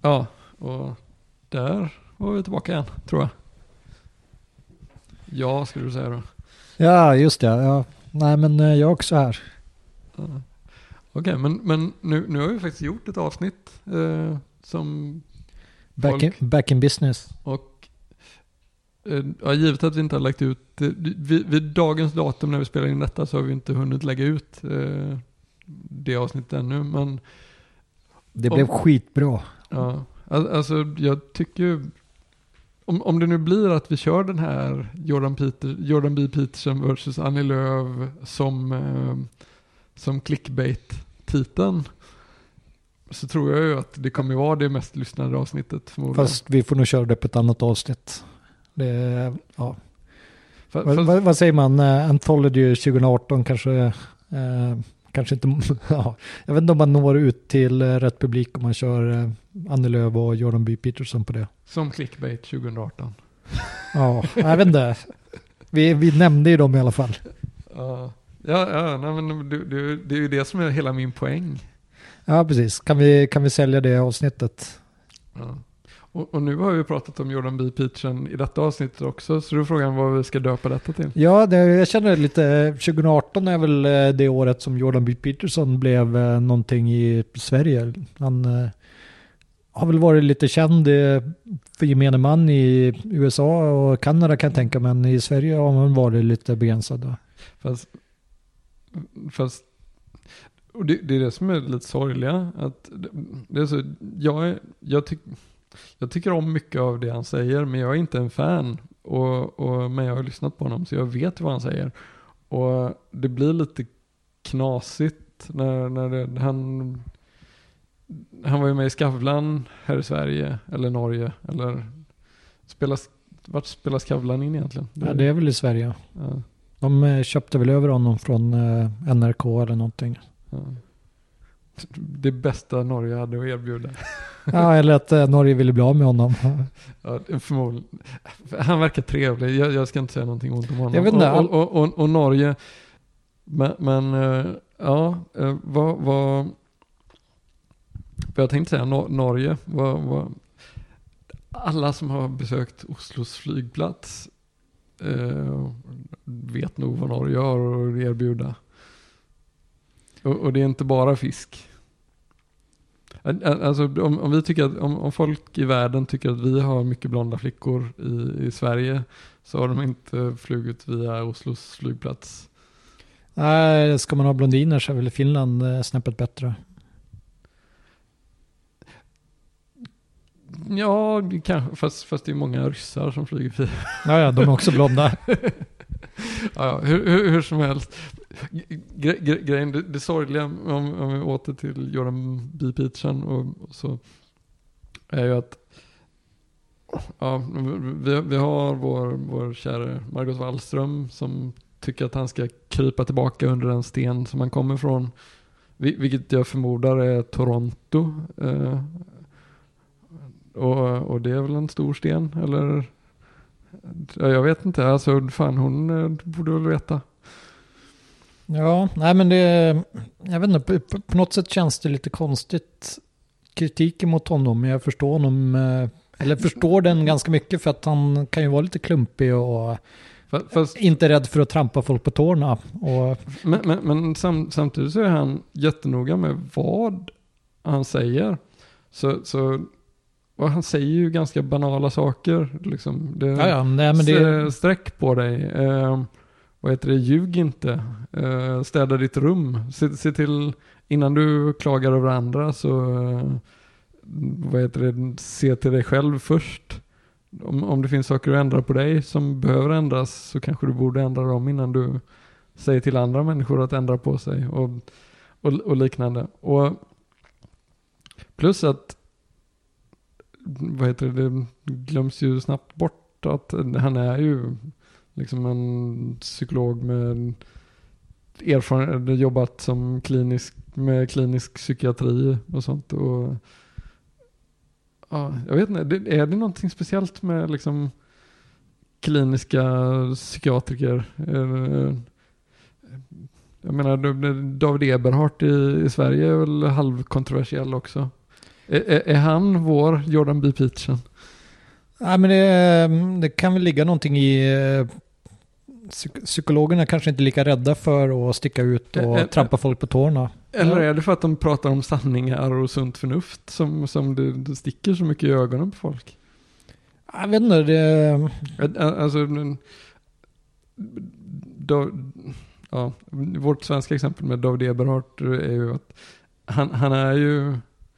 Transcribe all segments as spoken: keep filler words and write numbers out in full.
Ja, och där var vi tillbaka igen, tror jag. Ja, skulle du säga då. Ja, just det. Ja. Nej, men jag är också här. Ja. Okej, okay, men, men nu, nu har vi faktiskt gjort ett avsnitt eh, som Back, folk, in, back in business. Och eh, ja, givet att vi inte har lagt ut, eh, vid, vid dagens datum när vi spelar in detta så har vi inte hunnit lägga ut eh, det avsnittet ännu, men det blev om, skitbra. Ja, alltså jag tycker om, om det nu blir att vi kör den här Jordan, Peter, Jordan B. Peterson versus Annie Lööf som, eh, som clickbait-titeln, så tror jag ju att det kommer vara det mest lyssnade avsnittet förmodligen. Fast vi får nog köra det på ett annat avsnitt. Det, ja. Fast, vad, vad, vad säger man? Uh, Anthology tjugo arton kanske... Uh, kanske inte... ja. Jag vet inte om man når ut till uh, rätt publik om man kör uh, Annie Lööf och Jordan B. Peterson på det. Som clickbait tjugo arton. Ja, jag vet inte. Vi, vi nämnde ju dem i alla fall. Ja, ja, ja nej, men det, det, det är ju det som är hela min poäng. Ja, precis. Kan vi, kan vi sälja det avsnittet? Ja. Och, och nu har vi pratat om Jordan B. Peterson i detta avsnittet också, så då är frågan vad vi ska döpa detta till. Ja, det, jag känner lite, tjugo arton är väl det året som Jordan B. Peterson blev eh, någonting i Sverige. Han eh, har väl varit lite känd eh, för gemene man i U S A och Kanada kan jag tänka, men i Sverige har han varit lite begränsad. Då. Fast, fast och det, det är det som är lite sorgliga. Att det, det är så, jag, jag, tyck, jag tycker om mycket av det han säger, men jag är inte en fan. Och, och, men jag har lyssnat på honom så jag vet vad han säger. Och det blir lite knasigt när, när det, han, han var ju med i Skavlan här i Sverige eller Norge. Eller spelas, vart spelar Skavlan in egentligen? Det, ja, det är väl i Sverige. Ja. De köpte väl över honom från eh, N R K eller någonting. Ja. Det bästa Norge hade att erbjuda. Ja, eller att eh, Norge ville bli av med honom. Ja, förmodligen. Han verkar trevlig. Jag, jag ska inte säga någonting ont om honom. Jag vet inte. Och, och, och, och Norge. Men, men ja, vad... vad jag tänkte säga Nor- Norge. Vad, vad, alla som har besökt Oslos flygplats eh, vet nog vad Norge har att erbjuda. Och, och det är inte bara fisk. Alltså om, om vi tycker att om, om folk i världen tycker att vi har mycket blonda flickor i, i Sverige, så har de inte flugit via Oslos flygplats. Nej, ska man ha blondiner så är väl Finland snäppet bättre. Ja, kanske, fast, fast det är många ryssar som flyger via. Ja, ja, de är också blonda. Ja, hur, hur, hur som helst. Gre, gre, grejen, det, det sorgliga om, om vi åter till Jordan B. Peterson och, och så är ju att ja, vi, vi har vår, vår kära Margot Wallström som tycker att han ska krypa tillbaka under en sten som han kommer från, vilket jag förmodar är Toronto. Eh, och, och det är väl en stor sten, eller jag vet inte, alltså fan hon borde väl veta. Ja, nej men det, jag vet inte, på, på något sätt känns det lite konstigt kritiken mot honom, men jag förstår honom, eller förstår den ganska mycket för att han kan ju vara lite klumpig och fast, fast, inte rädd för att trampa folk på tårna. Och, men men, men sam, samtidigt så är han jättenoga med vad han säger. Så, så och han säger ju ganska banala saker. Liksom. Det, ja, ja, nej, men det... Sträck på dig. Eh, vad heter det? Ljug inte. Eh, städa ditt rum. Se, se till, innan du klagar över andra så eh, vad heter det? Se till dig själv först. Om, om det finns saker att ändra på dig som behöver ändras, så kanske du borde ändra dem innan du säger till andra människor att ändra på sig. Och, och, och liknande. Och plus att vad heter det, det glöms ju snabbt bort att han är ju liksom en psykolog med erfarenhet, jobbat som klinisk med klinisk psykiatri och sånt, och ja, jag vet inte, det, är det någonting speciellt med liksom kliniska psykiatriker? Jag menar, David Eberhardt i, i Sverige är väl halvkontroversiell också. Är, är, är han vår Jordan B. Peterson? Nej, men det, det kan väl ligga någonting i... Psyk- psykologerna kanske inte är lika rädda för att sticka ut och Ä- trampa folk på tårna. Eller är det för att de pratar om sanningar och sunt förnuft som, som det, det sticker så mycket i ögonen på folk? Jag vet inte, det... Alltså... Då, ja, vårt svenska exempel med David Eberhardt är ju att han, han är ju...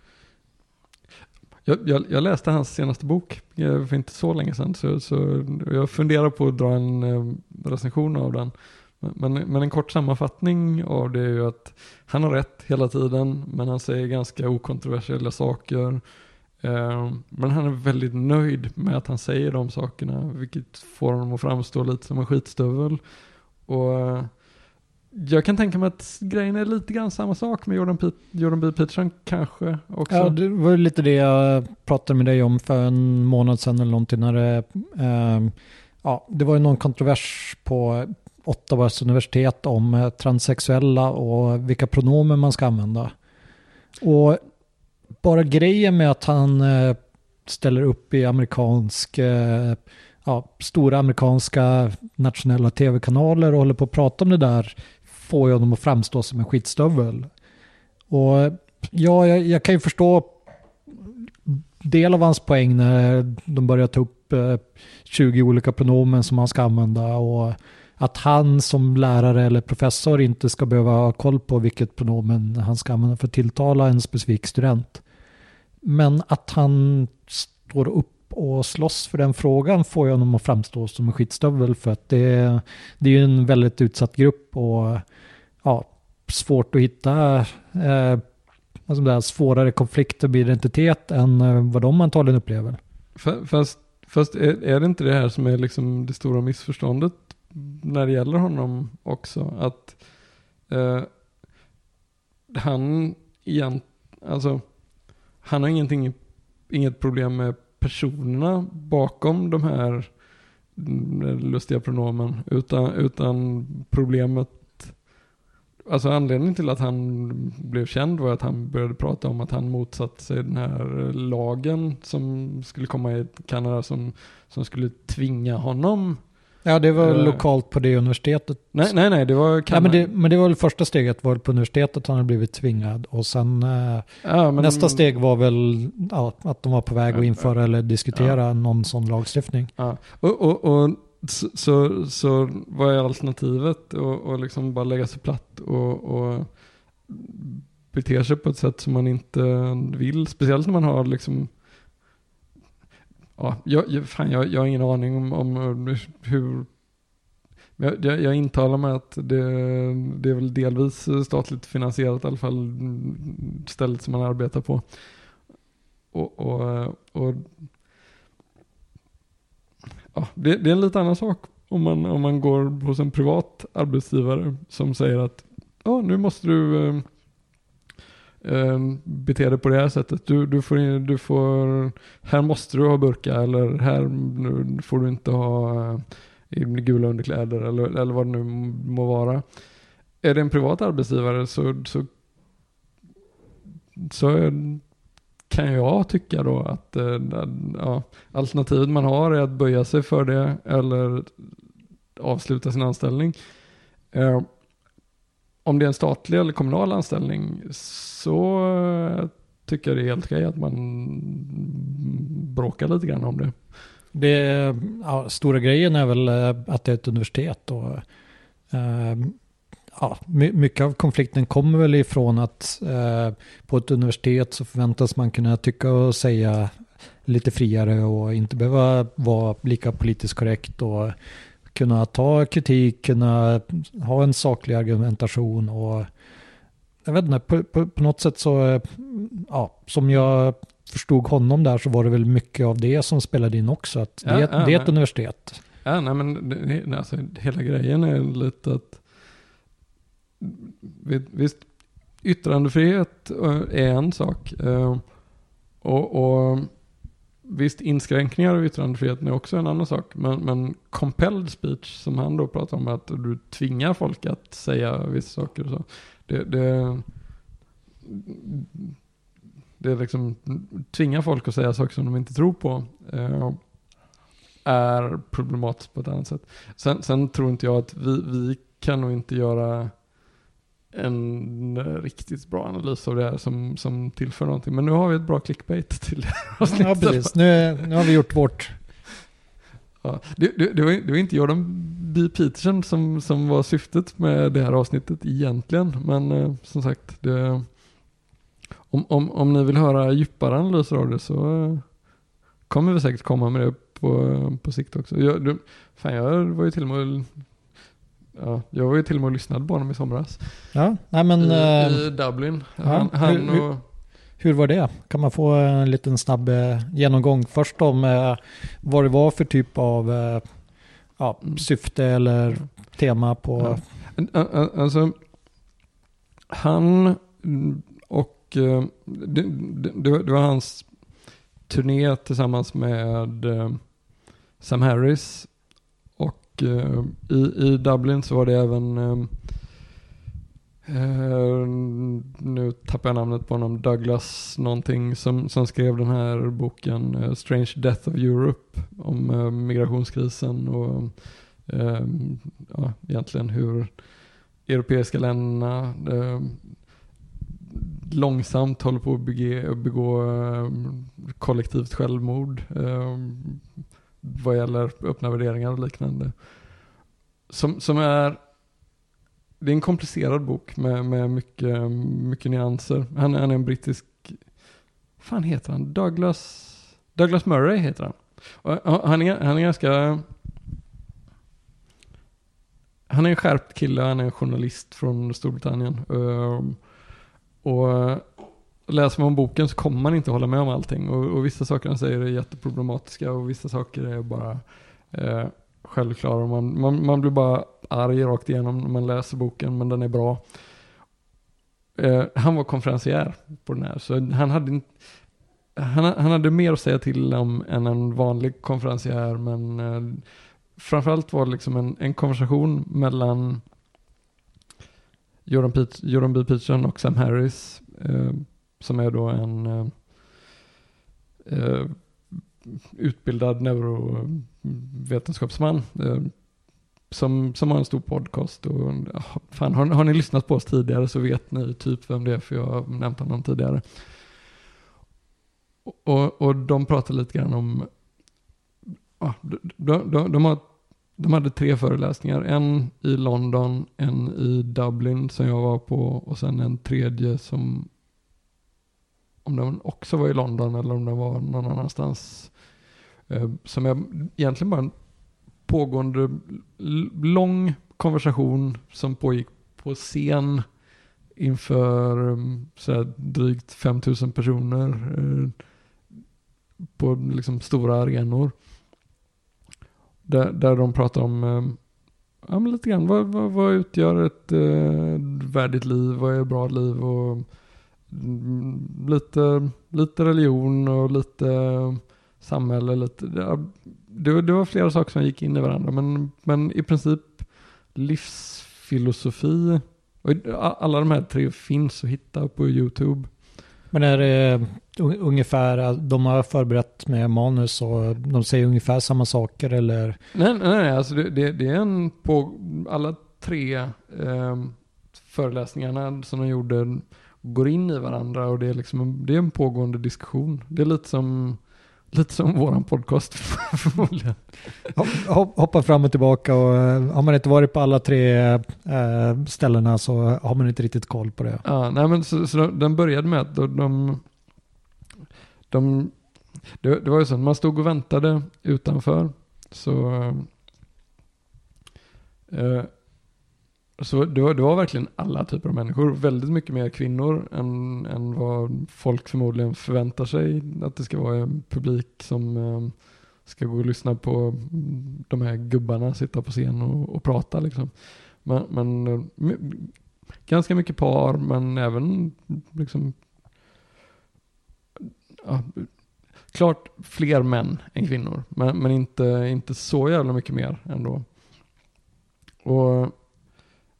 Jag, jag, jag läste hans senaste bok för inte så länge sedan, så, så jag funderar på att dra en eh, recension av den. Men, men en kort sammanfattning av det är ju att han har rätt hela tiden, men han säger ganska okontroversiella saker. Eh, men han är väldigt nöjd med att han säger de sakerna, vilket får honom att framstå lite som en skitstövel. Och eh, jag kan tänka mig att grejen är lite grann samma sak med Jordan, P- Jordan B. Peterson kanske också. Ja, det var lite det jag pratade med dig om för en månad sedan eller någonting. När det, eh, ja, det var ju någon kontrovers på Ottawas universitet om eh, transsexuella och vilka pronomen man ska använda. Och bara grejen med att han eh, ställer upp i amerikansk... Eh, ja, stora amerikanska nationella tv-kanaler och håller på att prata om det där får ju honom att framstå som en skitstövel. Och ja, jag, jag kan ju förstå del av hans poäng när de börjar ta upp eh, tjugo olika pronomen som man ska använda och att han som lärare eller professor inte ska behöva ha koll på vilket pronomen han ska använda för att tilltala en specifik student. Men att han står upp och slåss för den frågan får jag honom att framstå som en skitstövel, för att det, det är ju en väldigt utsatt grupp och ja, svårt att hitta eh, alltså där, svårare konflikter med identitet än eh, vad de antagligen upplever. Fast, fast är, är det inte det här som är liksom det stora missförståndet när det gäller honom också, att eh, han igen, alltså han har ingenting, inget problem med personerna bakom de här lustiga pronomen, utan, utan problemet, alltså anledningen till att han blev känd var att han började prata om att han motsatte sig den här lagen som skulle komma i Kanada som, som skulle tvinga honom. Ja, det var uh, lokalt på det universitetet. Nej, nej, nej, det var ja, men, det, men det var väl första steget var på universitetet han hade blivit tvingad och sen uh, ja, men, nästa steg var väl ja, att de var på väg att införa ja, eller diskutera ja. någon sån lagstiftning. Ja, och, och, och så, så, så vad är alternativet och, och liksom bara lägga sig platt och, och bete sig på ett sätt som man inte vill, speciellt när man har liksom. Ja, jag, fan, jag, jag har ingen aning om, om hur... Jag, jag, jag intalar mig att det, det är väl delvis statligt finansierat i alla fall stället som man arbetar på. Och, och, och ja, det, det är en lite annan sak om man, om man går hos en privat arbetsgivare som säger att ja, nu måste du... Eh, bete dig på det här sättet. Du, du, får, du får, här måste du ha burka, eller här nu får du inte ha gula underkläder, eller, eller vad det nu må vara. Är det en privat arbetsgivare så, så, så kan jag tycka då att ja, alternativet man har är att böja sig för det eller avsluta sin anställning. Om det är en statlig eller kommunal anställning så tycker jag det är helt okej att man bråkar lite grann om det. Det ja, stora grejen är väl att det är ett universitet och eh, ja, mycket av konflikten kommer väl ifrån att eh, på ett universitet så förväntas man kunna tycka och säga lite friare och inte behöva vara lika politiskt korrekt och kunna ta kritik, kunna ha en saklig argumentation och jag vet inte, på, på, på något sätt så ja, som jag förstod honom där så var det väl mycket av det som spelade in också, att ja, det, ja, det är ett nej. universitet. Ja, nej men det, alltså, hela grejen är lite att visst, yttrandefrihet är en sak och, och visst, inskränkningar av yttrandefriheten är också en annan sak. Men, men compelled speech, som han då pratar om, att du tvingar folk att säga vissa saker och så. Det, det, det är liksom tvinga folk att säga saker som de inte tror på eh, är problematiskt på ett annat sätt. Sen, sen tror inte jag att vi, vi kan nog inte göra en riktigt bra analys av det här som, som tillför någonting. Men nu har vi ett bra clickbait till det här. Ja, precis. Nu, nu har vi gjort vårt. Ja, det, det, det, var, det var inte Jordan B. Peterson som, som var syftet med det här avsnittet egentligen. Men eh, som sagt, det, om, om, om ni vill höra djupare analyser av det så eh, kommer vi säkert komma med det på, på sikt också. Jag, det, fan, jag var ju till och med ja, jag var ju till och med och lyssnade på honom i somras. Ja, nej men... I, i Dublin. Ja, Han, han hur, och, hur var det? Kan man få en liten snabb eh, genomgång först om eh, vad det var för typ av eh, ja, syfte eller tema på... Ja. Alltså, han och eh, det, det, det var hans turné tillsammans med eh, Sam Harris, och eh, i, i Dublin så var det även eh, Uh, nu tappar jag namnet på honom, Douglas någonting, som, som skrev den här boken uh, Strange Death of Europe om uh, migrationskrisen och uh, ja, egentligen hur europeiska länderna uh, långsamt håller på att begå, begå uh, kollektivt självmord uh, vad gäller öppna värderingar och liknande, som, som är det är en komplicerad bok med, med mycket, mycket nyanser. Han, han är en brittisk... fan heter han? Douglas... Douglas Murray heter han. Och han, är, han är ganska... Han är en skärpt kille. Han är en journalist från Storbritannien. Um, och läser man om boken så kommer man inte hålla med om allting. Och, och vissa saker han säger är jätteproblematiska. Och vissa saker är bara... Uh, självklar. Man, man, man blir bara arg rakt igenom när man läser boken, men den är bra. Eh, han var konferencier på den här, så han hade, inte, han, han hade mer att säga till om än en vanlig konferencier, men eh, framförallt var det liksom en, en konversation mellan Jordan, Pete, Jordan B. Peterson och Sam Harris, eh, som är då en eh, eh, utbildad neurovetenskapsman eh, som, som har en stor podcast. Och, fan, har, har ni lyssnat på oss tidigare så vet ni typ vem det är, för jag har nämnt honom tidigare. Och, och de pratar lite grann om ja, de, de, de, har, de hade tre föreläsningar. En i London, en i Dublin som jag var på, och sen en tredje som, om den också var i London eller om den var någon annanstans, eh, som jag egentligen bara en pågående l- lång konversation som pågick på scen inför um, sådär drygt fem tusen personer eh, på liksom stora arenor. Där, där de pratar om eh, ja, men lite grann vad, vad, vad utgör ett eh, värdigt liv, vad är ett bra liv, och mm, lite, lite religion och lite eh, samhälle. Lite, ja, det, det var flera saker som gick in i varandra, men, men i princip livsfilosofi. Och alla de här tre finns att hitta på YouTube. Men är det ungefär, de har förberett med manus och de säger ungefär samma saker, eller? Nej, nej, nej, alltså det, det, det är en på alla tre eh, föreläsningarna som de gjorde går in i varandra, och det är liksom en, det är en pågående diskussion. Det är lite som lite som våran podcast förmodligen. Hoppa fram och tillbaka, och har man inte varit på alla tre äh, ställena så har man inte riktigt koll på det. Ja, nej, men så, så den började med att de, de, de det, det var ju så, man stod och väntade utanför, så eh, så det var, det var verkligen alla typer av människor, väldigt mycket mer kvinnor än, än vad folk förmodligen förväntar sig att det ska vara en publik som eh, ska gå och lyssna på de här gubbarna sitta på scen och, och prata liksom. Men, men m- ganska mycket par, men även liksom ja, klart fler män än kvinnor, men, men inte, inte så jävla mycket mer ändå. Och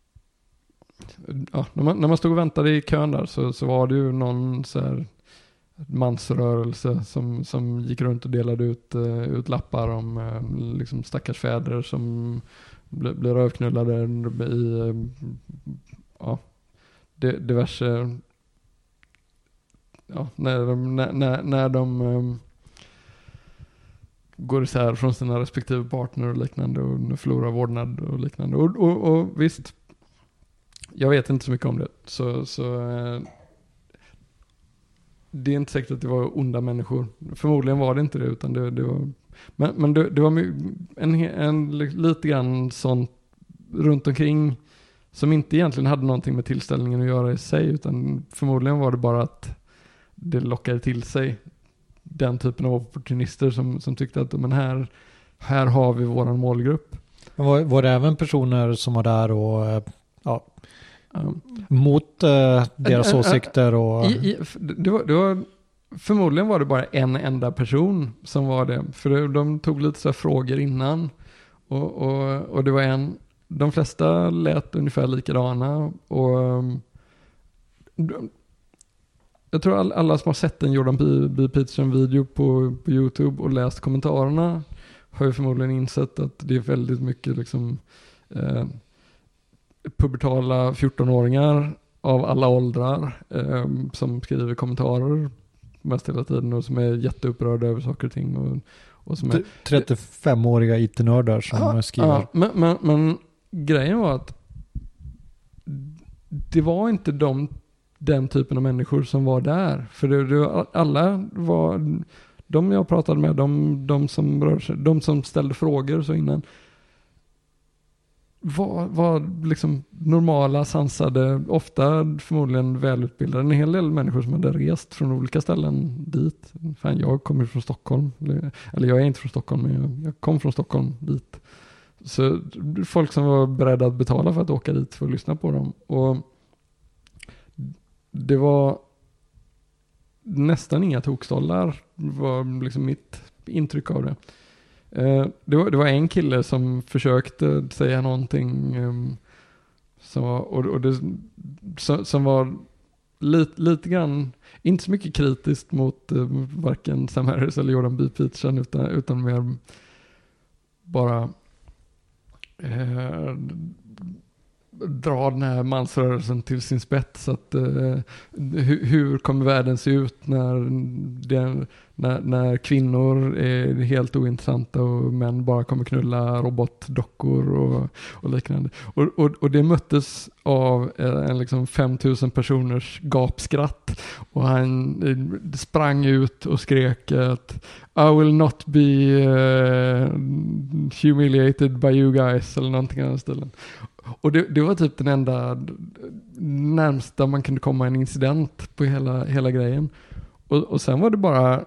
ja, när, man, när man stod och väntade i kön där så, så var det ju någon så här mansrörelse som, som gick runt och delade ut, uh, ut lappar om uh, liksom stackars fäder som blir, blir rövknullade i uh, ja, diverse ja, när de, när, när, när de um, går isär från sina respektive partner och liknande och förlorar vårdnad och liknande. Och, och, och visst, jag vet inte så mycket om det. Så, så eh, det är inte säkert att det var onda människor. Förmodligen var det inte det, utan det, det var... Men, men det, det var en, en, lite grann sånt runt omkring som inte egentligen hade någonting med tillställningen att göra i sig, utan förmodligen var det bara att det lockade till sig den typen av opportunister som, som tyckte att men här, här har vi våran målgrupp. Var, var det även personer som var där och ja, um, mot uh, deras uh, uh, åsikter? Och... I, i, det, var, det var, förmodligen var det bara en enda person som var det. För det, de tog lite så här frågor innan. Och, och, och det var en, de flesta lät ungefär likadana. Och um, de, jag tror all, alla som har sett en Jordan B. B. Peterson-video på, på YouTube och läst kommentarerna har ju förmodligen insett att det är väldigt mycket liksom, eh, pubertala fjortonåringar av alla åldrar eh, som skriver kommentarer mest hela tiden och som är jätteupprörda över saker och ting. Och, och som är, trettiofemåriga I T-nördar som ja, skriver. Ja, men, men, men grejen var att det var inte de den typen av människor som var där. För det, det, alla var, de jag pratade med, de, de som rör sig, de som ställde frågor så innan, var, var liksom normala, sansade, ofta förmodligen välutbildade. En hel del människor som hade rest från olika ställen dit. Fan, jag kommer från Stockholm. Eller jag är inte från Stockholm, men jag, jag kom från Stockholm dit. Så folk som var beredda att betala för att åka dit för att lyssna på dem. Och det var nästan inga tokstollar var liksom mitt intryck av det. Eh, det, var, det var en kille som försökte säga någonting um, som, och, och det, som, som var lite, lite grann, inte så mycket kritiskt mot uh, varken Sam Harris eller Jordan B. Peterson utan, utan mer bara eh, dra den här mansrörelsen till sin spets. Att, uh, hur, hur kommer världen se ut när, den, när, när kvinnor är helt ointressanta och män bara kommer knulla robotdockor och, och liknande. Och, och, och det möttes av en liksom femtusen personers gapskratt och han sprang ut och skrek att I will not be uh, humiliated by you guys eller någonting i den stilen. Och det, det var typ den enda närmsta man kunde komma en incident på hela, hela grejen. Och, och sen var det bara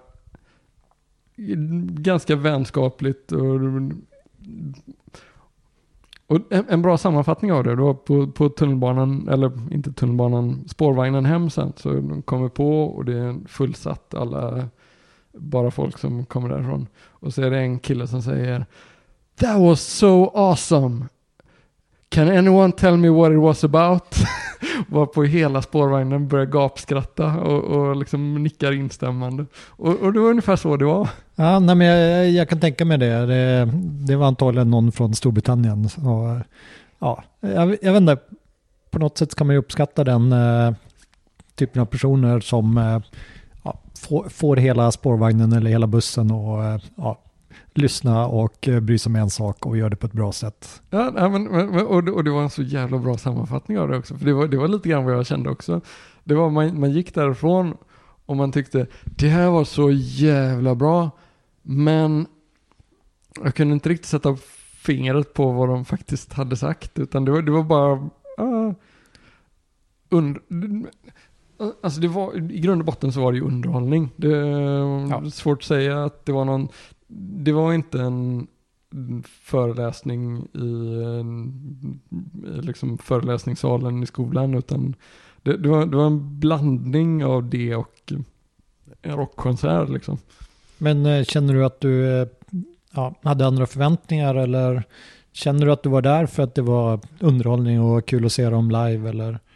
ganska vänskapligt och, och en, en bra sammanfattning av det. Det var på, på tunnelbanan, eller inte tunnelbanan, spårvagnen hem sen. Så de kommer på och det är fullsatt, alla bara folk som kommer därifrån. Och så är det en kille som säger That was so awesome! Can anyone tell me what it was about? Var på hela spårvagnen börjar gapskratta och, och liksom nickar instämmande. Och, och det var ungefär så det var. Ja, nej, men jag, jag kan tänka mig det. det. Det var antagligen någon från Storbritannien. Och, ja, jag, jag vet inte. På något sätt kan man ju uppskatta den uh, typen av personer som uh, ja, får, får hela spårvagnen eller hela bussen och uh, ja, lyssna och bry sig om en sak och göra det på ett bra sätt. Ja, men, men, och, det, och det var en så jävla bra sammanfattning av det också. För det var, det var lite grann vad jag kände också. Det var man, man gick därifrån och man tyckte det här var så jävla bra. Men jag kunde inte riktigt sätta fingret på vad de faktiskt hade sagt. Utan det var, det var bara uh, und, alltså det var, i grund och botten så var det ju underhållning. Det är ja. svårt att säga att det var någon. Det var inte en föreläsning i, i liksom föreläsningssalen i skolan, utan det, det, var, det var en blandning av det och en rockkonsert liksom. Men känner du att du ja, hade andra förväntningar, eller känner du att du var där för att det var underhållning och kul att se dem live, eller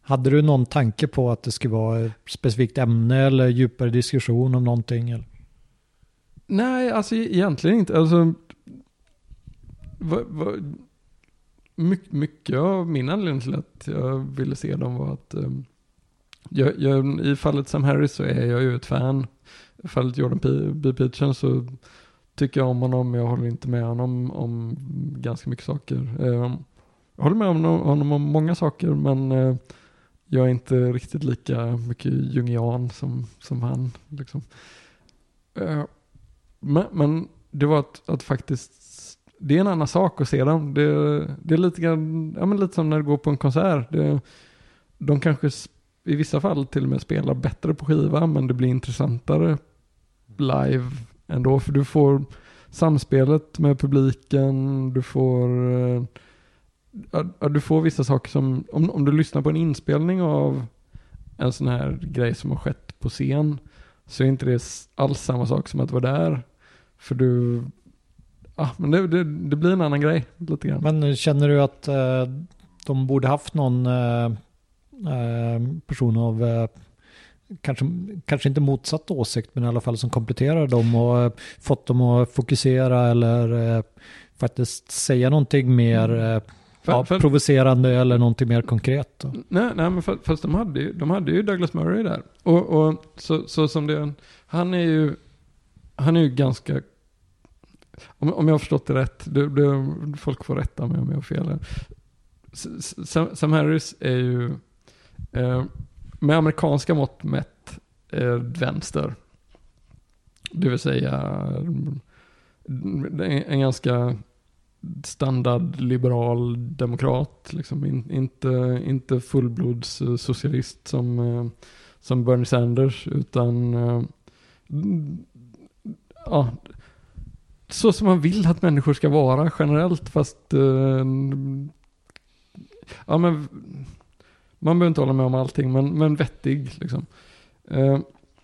Hade du någon tanke på att det skulle vara ett specifikt ämne eller djupare diskussion om någonting? Eller? Nej, alltså egentligen inte. Alltså, va, va, mycket, mycket av min anledning till att jag ville se dem var att um, jag, jag, i fallet Sam Harris så är jag ju ett fan. I fallet Jordan P- B. Peterson så tycker jag om honom, jag håller inte med honom om ganska mycket saker. Um, jag håller med honom, honom om många saker, men uh, jag är inte riktigt lika mycket jungian som, som han. Liksom. Uh, men, men det var att, att faktiskt, det är en annan sak att se dem. Det, det är lite, grann, ja, men lite som när du går på en konsert. Det, de kanske i vissa fall till och med spelar bättre på skiva, men det blir intressantare live ändå. För du får samspelet med publiken, du får... Ja, du får vissa saker som, om, om du lyssnar på en inspelning av en sån här grej som har skett på scen, så är inte det alls samma sak som att vara där. För du, ja, men det, det, det blir en annan grej lite grann. Men känner du att eh, de borde haft någon eh, eh, person av eh, kanske, kanske inte motsatt åsikt, men i alla fall som kompletterar dem och eh, fått dem att fokusera eller eh, faktiskt säga någonting mer eh, För, ja, för, provocerande eller någonting mer konkret då? Nej, nej men för, fast de hade, ju, de hade ju Douglas Murray där. Och, och så, så som det, han är ju han är ju ganska, om, om jag har förstått det rätt, det, det, folk får rätta mig om jag har fel. Sam, Sam Harris är ju eh, med amerikanska mått mätt eh, vänster. Det vill säga en, en ganska standard liberal demokrat liksom. In, inte, inte fullblods socialist som, uh, som Bernie Sanders, utan uh, ja, så som man vill att människor ska vara generellt, fast uh, ja, men man behöver inte hålla med om allting, men, men vettig liksom. uh,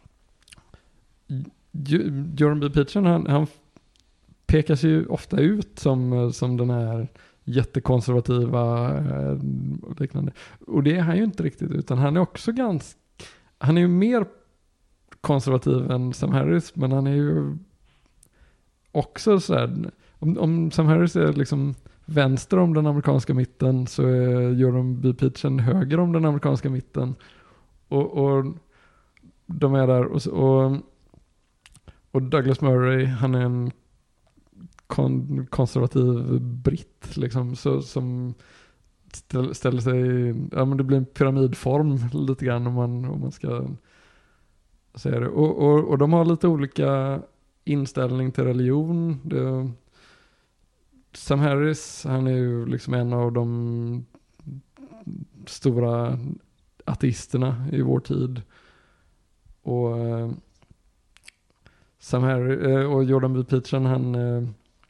Jordan B. Peterson, han, han pekas ju ofta ut som, som den här jättekonservativa eh, och liknande. Och det är han ju inte riktigt, utan han är också ganska, han är ju mer konservativ än Sam Harris, men han är ju också så här, om, om Sam Harris är liksom vänster om den amerikanska mitten, så är Jordan B. Peterson höger om den amerikanska mitten. Och, och de är där, och, och, och Douglas Murray, han är en kon- konservativ britt liksom, så, som ställ, ställer sig, ja men det blir en pyramidform lite grann om man, om man ska säga det. Och, och, och de har lite olika inställning till religion. Det, Sam Harris, han är ju liksom en av de stora ateisterna i vår tid. Och eh, Sam Harris eh, och Jordan B. Peterson, han eh,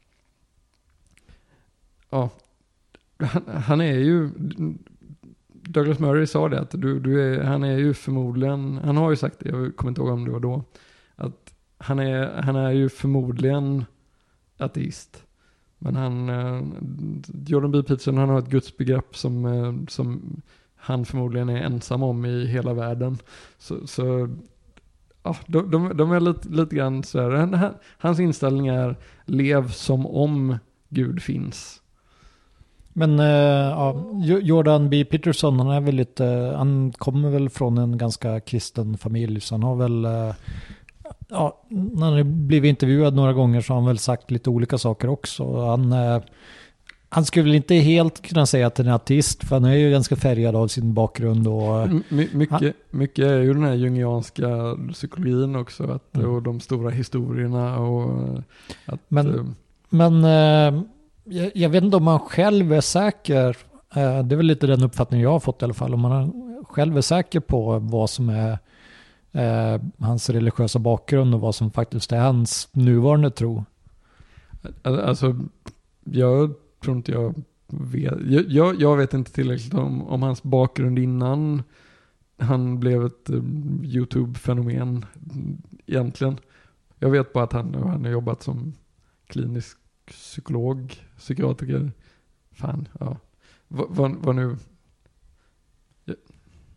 ja, han, han är ju, Douglas Murray sa det, att du, du är, han är ju förmodligen, han har ju sagt det, jag kommer inte ihåg om det var då, att han är, han är ju förmodligen ateist. Men han, eh, Jordan B. Peterson, han har ett gudsbegrepp som, eh, som han förmodligen är ensam om i hela världen. Så, så ja, de, de, de är lite, lite grann så här, han, hans inställning är lev som om Gud finns. Men eh, ja, Jordan B. Peterson, han är väl lite, han kommer väl från en ganska kristen familj, så han har väl eh, ja, när han har blivit intervjuad några gånger så har han väl sagt lite olika saker också. Han, eh, han skulle väl inte helt kunna säga att han är ateist, för han är ju ganska färgad av sin bakgrund. Och, My, mycket, han, mycket är ju den här jungianska psykologin också, att, mm. och de stora historierna. Och att, men eh, men eh, jag, jag vet inte om man själv är säker, eh, det är väl lite den uppfattning jag har fått i alla fall, om man själv är säker på vad som är Eh, hans religiösa bakgrund och vad som faktiskt är hans nuvarande tro. Alltså, jag tror inte jag vet. Jag, jag, jag vet inte tillräckligt om, om hans bakgrund innan han blev ett um, YouTube-fenomen egentligen. Jag vet bara att han, han har jobbat som klinisk psykolog, psykiatriker. Fan, ja. Vad, vad, vad nu...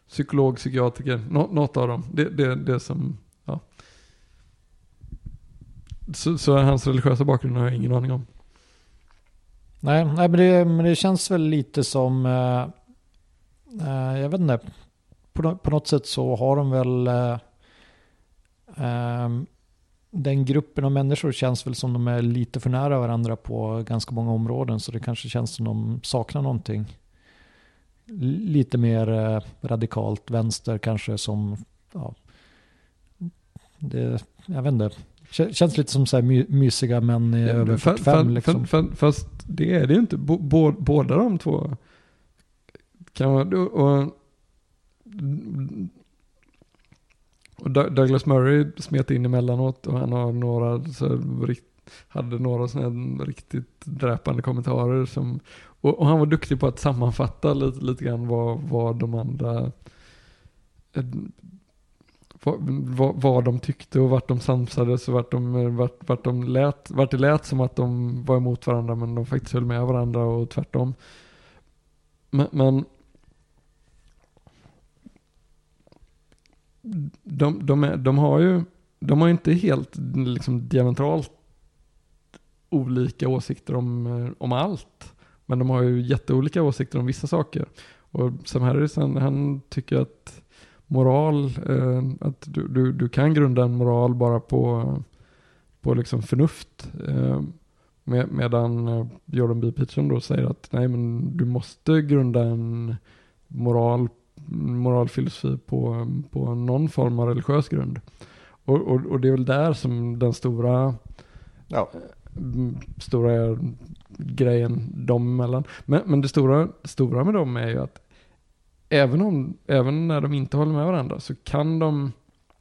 psykolog, psykiatriker, nå, något av dem. Det, det, det som, ja. Så, så hans religiösa bakgrund har jag ingen aning om. Nej, nej men, det, men det känns väl lite som, eh, eh, jag vet inte, på, på något sätt så har de väl, eh, eh, den gruppen av människor känns väl som de är lite för nära varandra på ganska många områden, så det kanske känns som de saknar någonting. Lite mer eh, radikalt vänster kanske som, ja, det, jag vet inte. Känns lite som så här my, mysiga män i ja, över fyrtiofem. Liksom. Fast, fast det är det ju inte. B- b- båda de två kan vara... Och, och Douglas Murray smet in emellanåt och han har några så rikt, hade några sådana riktigt dräpande kommentarer som, och, och han var duktig på att sammanfatta lite, lite grann vad, vad de andra Vad, vad, vad de tyckte och vart de samsades och vart, de, vart, vart, de lät, vart det lät som att de var emot varandra men de faktiskt höll med varandra och tvärtom. Men, men de, de, är, de har ju de har inte helt liksom diametralt olika åsikter om, om allt, men de har ju jätteolika åsikter om vissa saker. Och Sam Harris han, han tycker att moral, eh, att du, du, du kan grunda en moral bara på, på liksom förnuft. Eh, med, medan eh, Jordan B. Peterson då säger att nej, men du måste grunda en moral, moralfilosofi på, på någon form av religiös grund. Och, och, och det är väl där som den stora ja. stora grejen dem emellan. Men, men det stora, stora med dem är ju att Även, om, även när de inte håller med varandra så kan de,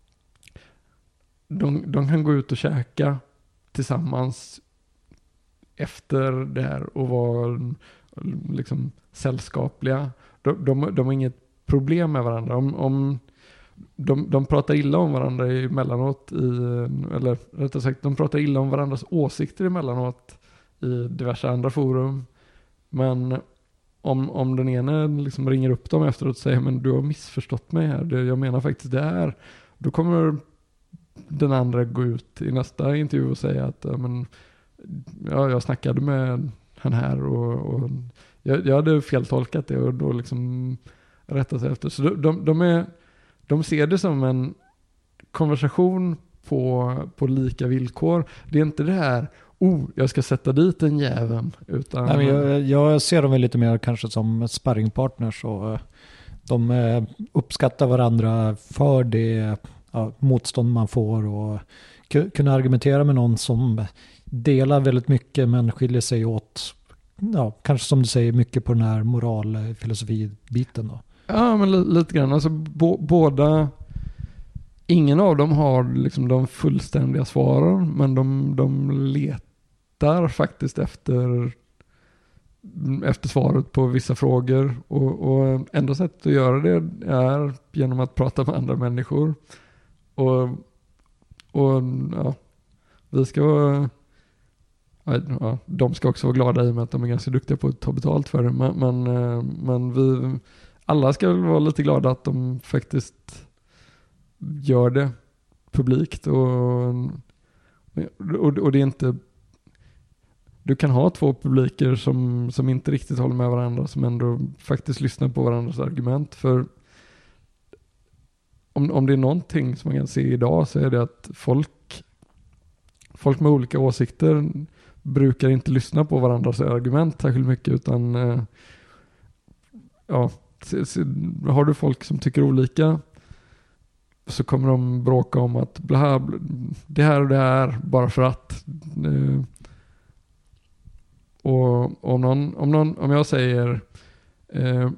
de de kan gå ut och käka tillsammans efter det här och vara liksom sällskapliga. De, de, de har inget problem med varandra. Om, om de, de pratar illa om varandra emellanåt i, eller rättare sagt, de pratar illa om varandras åsikter emellanåt i diverse andra forum. Men Om, om den ene liksom ringer upp dem efteråt och säger men du har missförstått mig här, det, jag menar faktiskt det här, då kommer den andra gå ut i nästa intervju och säga att ja, men, ja, jag snackade med han här och, och jag, jag hade feltolkat det och då liksom rätta sig efter. Så de, de, de, är, de ser det som en konversation på, på lika villkor. Det är inte det här oh, jag ska sätta dit en jäveln. Utan Nej, men jag, jag ser dem väl lite mer kanske som sparringpartners och de uppskattar varandra för det ja, motstånd man får och k- kunna argumentera med någon som delar väldigt mycket men skiljer sig åt, ja, kanske som du säger, mycket på den här moralfilosofi-biten då. Ja, men li- lite grann. Alltså bo- båda ingen av dem har liksom de fullständiga svaren, men de, de letar faktiskt efter efter svaret på vissa frågor och, och enda sättet att göra det är genom att prata med andra människor och, och ja, vi ska vara, ja, de ska också vara glada i och med att de är ganska duktiga på att ta betalt för det, men, men, men vi alla ska väl vara lite glada att de faktiskt gör det publikt och, och, och det är inte, du kan ha två publiker som, som inte riktigt håller med varandra som ändå faktiskt lyssnar på varandras argument, för om, om det är någonting som man kan se idag så är det att folk folk med olika åsikter brukar inte lyssna på varandras argument särskilt mycket, utan ja, se, se, har du folk som tycker olika så kommer de bråka om att bla, bla, det här och det här bara för att eh, och om någon, om någon om jag säger eh,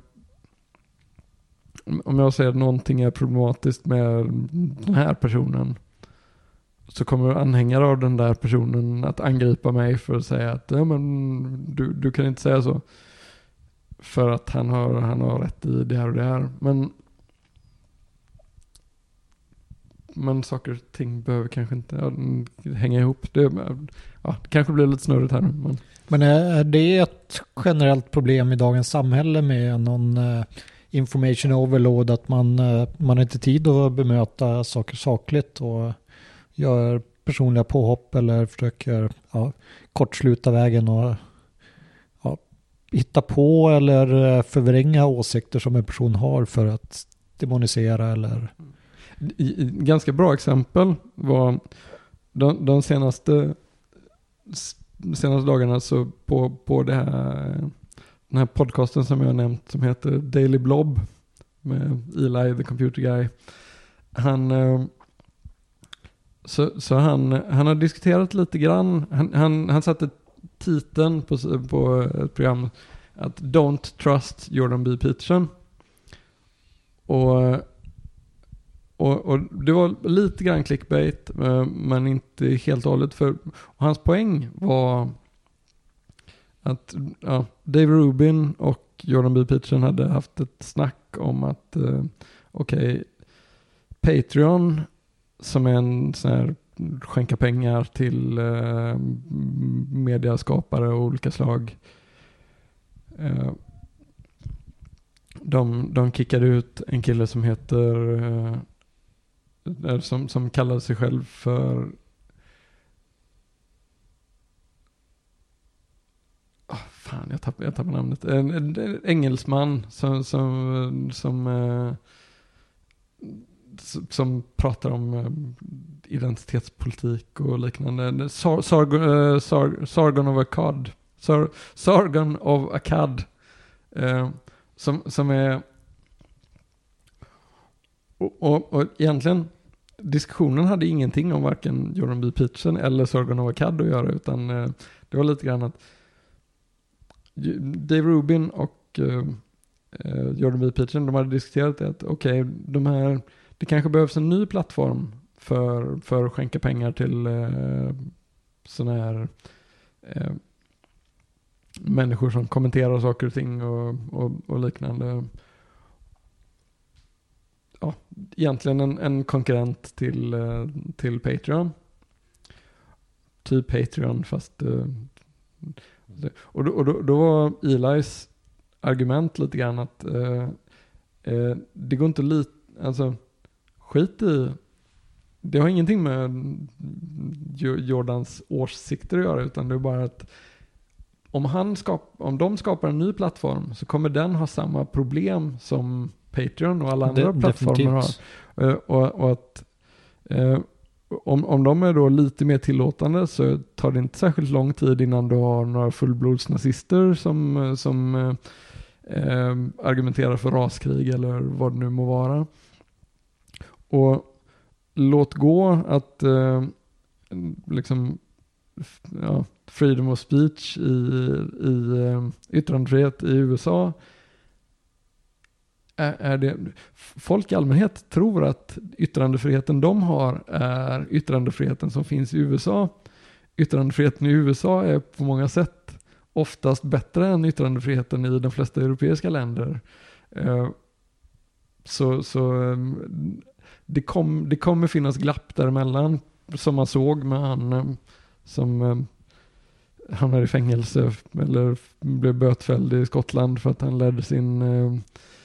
om jag säger att någonting är problematiskt med den här personen, så kommer anhängare av den där personen att angripa mig för att säga att ja, men du, du kan inte säga så för att han har, han har rätt i det här och det här, men men saker och ting behöver kanske inte ja, hänga ihop. Det, ja, det kanske blir lite snurrigt här nu. Men. men är det ett generellt problem i dagens samhälle med någon eh, information overload, att man, uh, man har inte tid att bemöta saker sakligt och gör personliga påhopp eller försöker ja, kortsluta vägen och ja, hitta på eller förvränga åsikter som en person har för att demonisera eller... I, i, ganska bra exempel var de, de senaste senaste dagarna så på, på det här, den här podcasten som jag har nämnt som heter Daily Blob med Eli the Computer Guy. Han så, så han, han har diskuterat lite grann. Han, han, han satte titeln på, på ett program att Don't Trust Jordan B. Peterson. Och Och, och det var lite grann clickbait, men inte helt och hållet. För och hans poäng var att ja, Dave Rubin och Jordan B. Peterson hade haft ett snack om att eh, okej, okay, Patreon som är en sån här skänka pengar till eh, mediaskapare och olika slag. Eh, de, de kickade ut en kille som heter eh, Som, som kallade sig själv för oh, fan, jag tappar, jag tappar namnet. En, en, en engelsman som som som, eh, som pratar om eh, identitetspolitik och liknande. Sar, Sargon, eh, Sar, Sargon of Akkad. Sar, Sargon of Akkad. Eh, som, som är och, och, och egentligen diskussionen hade ingenting om varken Jordan B. Peterson eller Sargon of Akkad att göra, utan eh, det var lite grann att Dave Rubin och eh, Jordan B. Peterson, de hade diskuterat det att okej, okay, de här, det kanske behövs en ny plattform för, för att skänka pengar till eh, sådana här eh, människor som kommenterar saker och ting och, och, och liknande. Ja, egentligen en, en konkurrent till, till Patreon. Typ Patreon fast... Och, då, och då, då var Elis argument lite grann att eh, eh, det går inte lite... Alltså, skit i... Det har ingenting med Jordans åsikter att göra, utan det är bara att om, han skap, om de skapar en ny plattform så kommer den ha samma problem som Patreon och alla andra De, plattformar har. Uh, och, och att uh, om, om de är då lite mer tillåtande så tar det inte särskilt lång tid innan du har några fullblodsnazister som, som uh, uh, argumenterar för raskrig eller vad det nu må vara. Och låt gå att uh, liksom ja, freedom of speech i, i uh, yttrandefrihet i U S A är, är det, folk i allmänhet tror att yttrandefriheten de har är yttrandefriheten som finns i U S A. Yttrandefriheten i U S A är på många sätt oftast bättre än yttrandefriheten i de flesta europeiska länder. Uh, så så um, det, kom, det kommer finnas glapp däremellan, som man såg med han um, som um, hamnade i fängelse eller blev bötfälld i Skottland för att han lärde sin uh,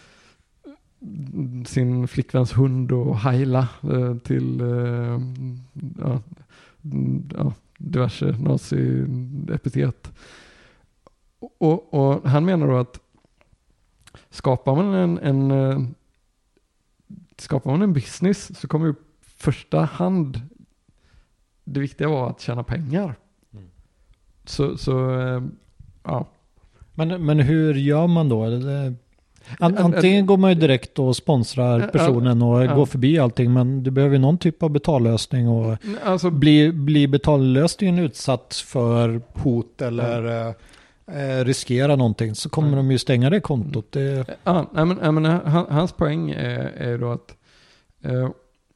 sin flickväns hund och heila uh, till uh, ja, ja, diverse nazi-epitet. Och, och han menar då att skapar man en, en uh, skapar man en business så kommer ju första hand det viktiga vara att tjäna pengar. Mm. Så, så uh, ja. Men, men hur gör man då? Eller? Antingen går man ju direkt och sponsrar personen och ja. går förbi allting, men du behöver ju någon typ av betallösning och alltså, blir, blir betallösningen utsatt för hot eller ja. eh, riskera någonting så kommer ja. de ju stänga det kontot. Det... Ja, nej, men, nej, men, hans poäng är, är då att eh,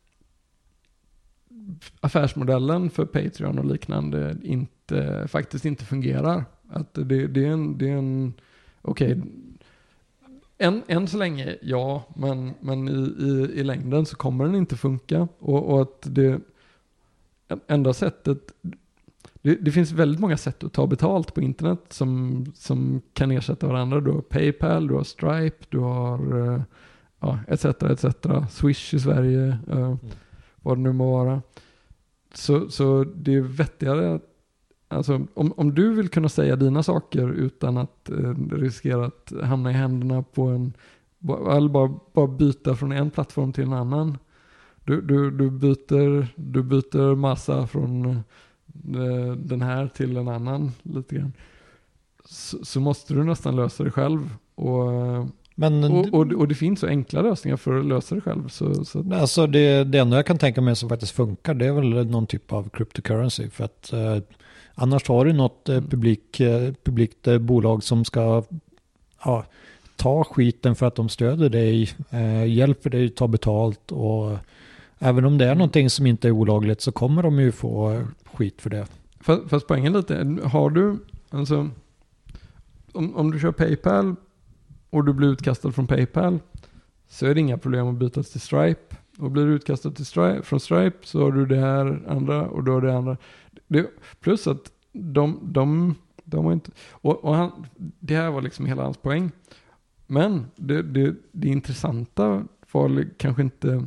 affärsmodellen för Patreon och liknande inte, faktiskt inte fungerar. Att det, det är en, det är en okej okay, Än, än så länge, ja, men, men i, i, i längden så kommer den inte funka. Och, och att det enda sättet, det, det finns väldigt många sätt att ta betalt på internet som, som kan ersätta varandra. Du har PayPal, du har Stripe, du har uh, ja, et cetera, et cetera. Swish i Sverige, uh, mm. vad det nu må vara. Så, så det är vettigare. Alltså, om, om du vill kunna säga dina saker utan att uh, riskera att hamna i händerna på en, eller bara, bara byta från en plattform till en annan. Du, du, du, byter, du byter massa från uh, den här till en annan lite grann. Så, så måste du nästan lösa det själv. Och, Men, och, och, och det finns så enkla lösningar för att lösa det själv. Så, så. Alltså det, det enda jag kan tänka mig som faktiskt funkar, det är väl någon typ av cryptocurrency. För att eh, annars har du något eh, publik, eh, publikt eh, bolag som ska ja, ta skiten för att de stöder dig, eh, hjälper dig ta betalt. Och även om det är någonting som inte är olagligt så kommer de ju få eh, skit för det. Fast, fast poängen lite, har du, alltså, om, om du kör PayPal och du blir utkastad från PayPal så är det inga problem att byta till Stripe. Och blir du utkastad till Stripe, från Stripe så har du det här andra och då har det andra. Det, plus att de, de, de har inte... Och, och han, det här var liksom hela hans poäng. Men det, det, det intressanta var kanske inte...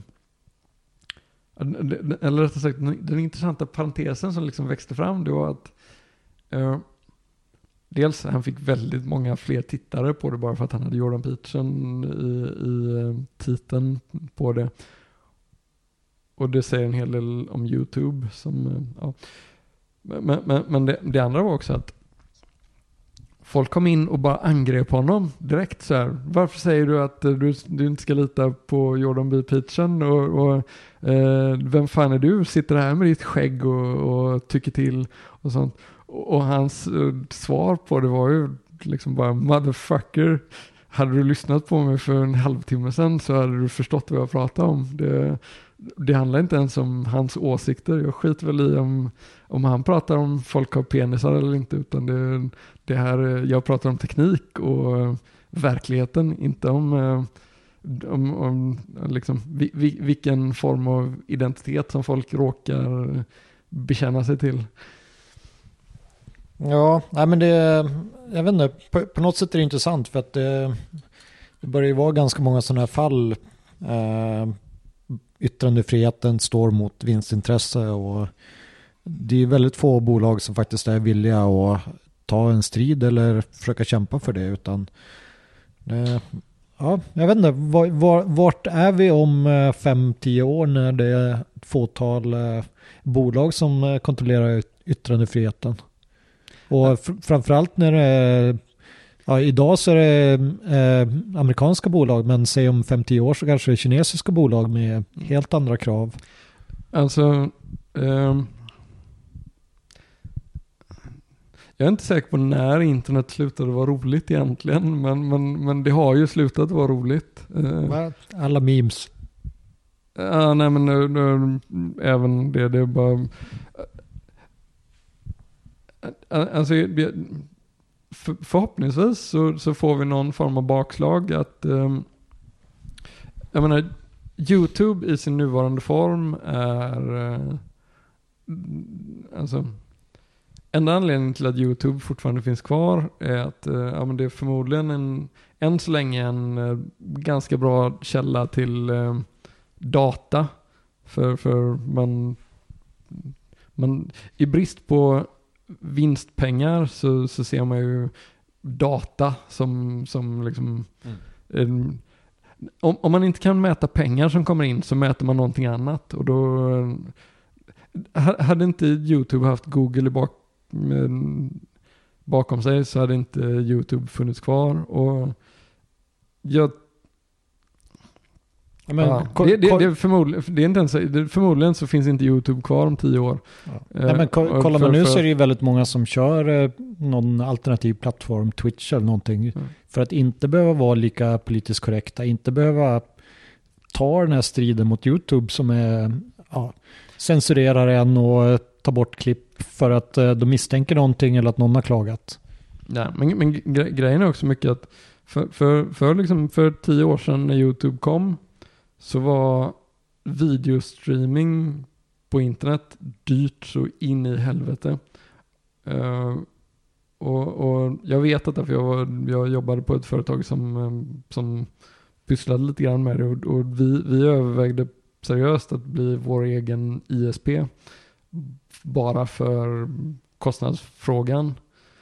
Eller rättare sagt, den intressanta parentesen som liksom växte fram, det var att... Uh, Dels han fick väldigt många fler tittare på det bara för att han hade Jordan Peterson i, i titeln på det. Och det säger en hel del om YouTube. Som, ja. Men, men, men det, det andra var också att folk kom in och bara angrep honom direkt så här. Varför säger du att du, du inte ska lita på Jordan B. Peterson? Och, och eh, vem fan är du? Sitter här med ditt skägg och, och tycker till och sånt. Och hans uh, svar på det var ju liksom bara motherfucker. Hade du lyssnat på mig för en halvtimme sedan så hade du förstått vad jag pratade om. Det, det handlar inte ens om hans åsikter. Jag skiter väl i om, om han pratar om folk har penisar eller inte. Utan det, det här, jag pratar om teknik och uh, verkligheten. Inte om, uh, om, om liksom, vi, vi, vilken form av identitet som folk råkar bekänna sig till. Ja, nej men det, jag vet inte, på, på något sätt är det intressant för att det, det börjar ju vara ganska många sådana här fall. Eh, yttrandefriheten står mot vinstintresse och det är väldigt få bolag som faktiskt är villiga att ta en strid eller försöka kämpa för det, utan det, ja, jag vet inte, var, var, vart är vi om fem, tio år när det är ett fåtal eh, bolag som kontrollerar yttrandefriheten? Och fr- framförallt när det är, ja, idag så är det eh, amerikanska bolag, men säg om fem till tio år så kanske det är kinesiska bolag med helt andra krav. Alltså, eh, jag är inte säker på när internet slutade vara roligt egentligen, men, men, men det har ju slutat vara roligt. Eh, Alla memes. Ja, nej men nu, nu, även det, det är bara... Alltså, för, förhoppningsvis så, så får vi någon form av bakslag att um, jag menar, YouTube i sin nuvarande form är uh, alltså enda anledningen till att YouTube fortfarande finns kvar är att uh, ja, men det är förmodligen en, än så länge en uh, ganska bra källa till uh, data för, för man, man i brist på vinstpengar så, så ser man ju data som, som liksom mm. en, om, om man inte kan mäta pengar som kommer in så mäter man någonting annat, och då hade inte YouTube haft Google bak, bakom sig så hade inte YouTube funnits kvar. Och jag Men, ja, ko- det, det, det, förmodligen, det är inte ens, det, förmodligen så finns inte YouTube kvar om tio år. Ja. Nej, men ko- kollar man nu så är det ju väldigt många som kör eh, någon alternativ plattform, Twitch eller någonting. Mm. För att inte behöva vara lika politiskt korrekta, inte behöva ta den här striden mot YouTube som är, ja, censurerar en och tar bort klipp för att eh, de misstänker någonting eller att någon har klagat. Ja, men, men gre- grejen är också mycket att för, för, för, liksom för tio år sedan när YouTube kom så var videostreaming på internet dyrt så in i helvete. Uh, och, och jag vet att för jag, var, jag jobbade på ett företag som, som pysslade lite grann med det och, och vi, vi övervägde seriöst att bli vår egen I S P bara för kostnadsfrågan.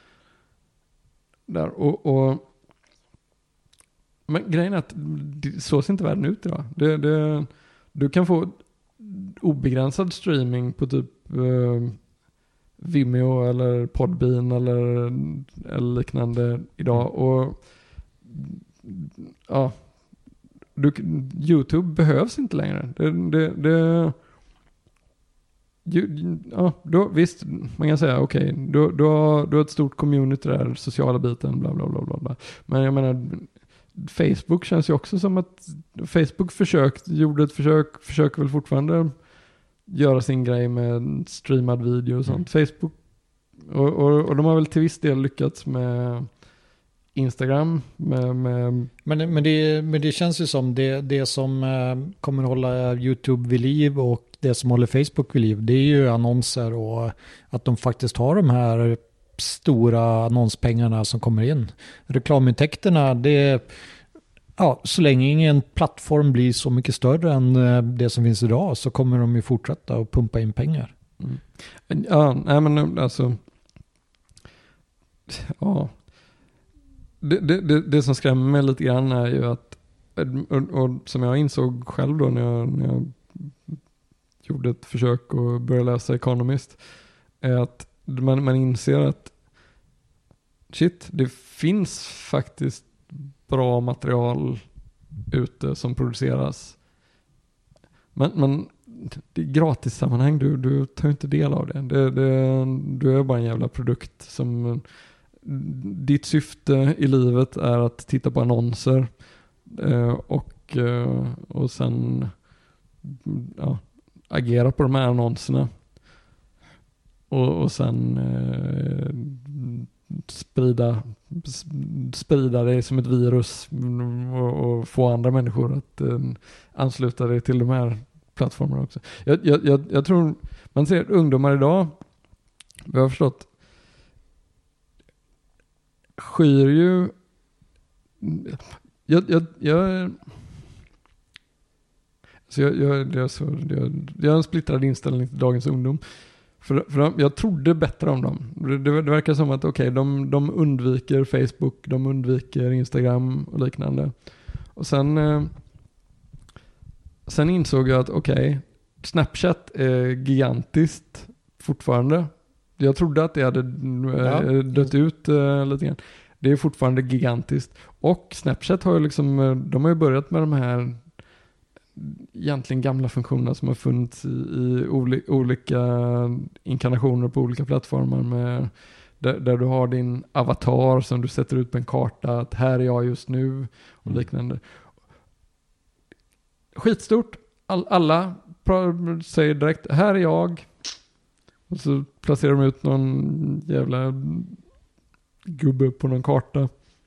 Där. Och, och, men grejen är att så ser inte världen ut idag. Det, det, du kan få obegränsad streaming på typ uh, Vimeo eller Podbean eller, eller liknande idag. Och ja, du, YouTube behövs inte längre. Det, det, det ju, ja, då, visst, man kan säga okej, okay, du, du, har, du har ett stort community där, sociala biten, bla bla bla bla bla. Men jag menar, Facebook känns ju också som att Facebook försökt, gjorde ett försök, försöker väl fortfarande göra sin grej med streamad video och sånt. Mm. Facebook, och, och, och de har väl till viss del lyckats med Instagram. Med, med men, men, det, men det känns ju som det, det som eh, kommer hålla YouTube vid liv och det som håller Facebook vid liv, det är ju annonser och att de faktiskt har de här stora annonspengarna som kommer in. Reklamintäkterna, det ja, så länge ingen plattform blir så mycket större än det som finns idag så kommer de ju fortsätta att pumpa in pengar. Mm. Ja, nej men alltså ja. Det, det, det, det som skrämmer mig lite grann är ju att och, och som jag insåg själv då när jag, när jag gjorde ett försök och började läsa Economist är att man, man inser att shit, det finns faktiskt bra material ute som produceras. Men, men det är gratis sammanhang, du, du tar inte del av det. Det, det. Du är bara en jävla produkt som ditt syfte i livet är att titta på annonser eh, och, eh, och sen ja, agera på de här annonserna och, och sen eh, sprida sprida det som ett virus och, och få andra människor att eh, ansluta dig till de här plattformarna också. Jag, jag, jag, jag tror man ser ungdomar idag, vi har förstått, skyr ju jag jag jag så jag jag jag, så, jag, jag har en splittrad inställning till dagens ungdom. För, för jag trodde bättre om dem. Det, det, det verkar som att okej, okay, de, de undviker Facebook, de undviker Instagram och liknande. Och sen eh, sen insåg jag att okej, okay, Snapchat är gigantiskt fortfarande. Jag trodde att det hade ja. äh, dött ut äh, lite grann. Det är fortfarande gigantiskt. Och Snapchat har ju liksom, de har ju börjat med de här egentligen gamla funktionerna som har funnits i, i oli, olika inkarnationer på olika plattformar med, där, där du har din avatar som du sätter ut på en karta, att här är jag just nu och liknande. Skitstort. All, alla pra- säger direkt, här är jag. Och så placerar de ut någon jävla gubbe på någon karta.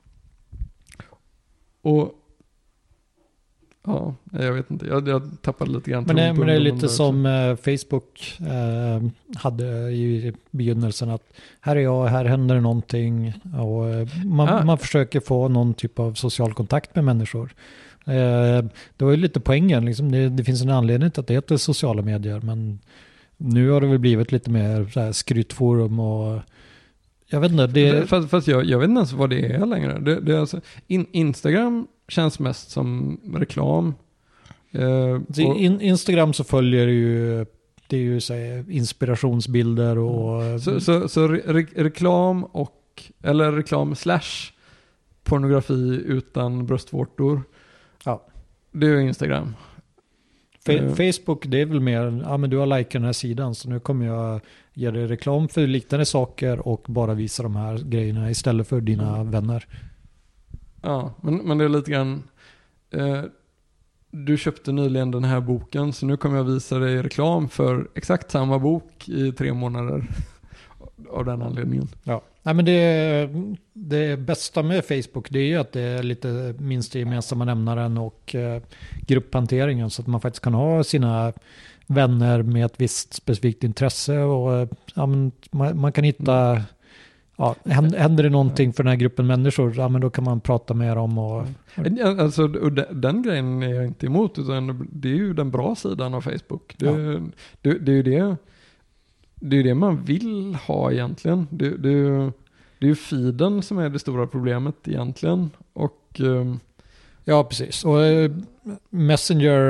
Och ja, jag vet inte. Jag, jag tappade lite grann. Men det, men det är lite som eh, Facebook eh, hade i begynnelsen, att här är jag, här händer någonting. Och eh, man, ah. man försöker få någon typ av social kontakt med människor. Eh, det var ju lite poängen. Liksom. Det, det finns en anledning till att det heter sociala medier, men nu har det väl blivit lite mer så här skrytforum och jag vet inte. Det... Fast, fast jag, jag vet inte ens vad det är längre. Det, det är alltså, in, Instagram känns mest som reklam. Eh, och... in, Instagram så följer ju, det är ju så här, inspirationsbilder och... Så, så, så re, reklam och, eller reklam slash pornografi utan bröstvårtor. Ja. Det är ju Instagram. Facebook, det är väl mer, ja men du har likat den här sidan så nu kommer jag ge dig reklam för liknande saker och bara visa de här grejerna istället för dina mm. vänner. Ja, men, men det är lite grann eh, du köpte nyligen den här boken så nu kommer jag visa dig reklam för exakt samma bok i tre månader av den anledningen. Ja. Nej, men det, det bästa med Facebook, det är ju att det är lite minst gemensamma nämnaren och eh, grupphanteringen så att man faktiskt kan ha sina vänner med ett visst specifikt intresse och ja, men man, man kan hitta, ja, händer det någonting för den här gruppen människor, ja, men då kan man prata med dem. Och, alltså, och den, den grejen är jag inte emot, utan det är ju den bra sidan av Facebook. Det, ja. det, det är ju det, det är det man vill ha egentligen. Det, det, det är ju feeden som är det stora problemet egentligen. Och ja, precis. Och Messenger,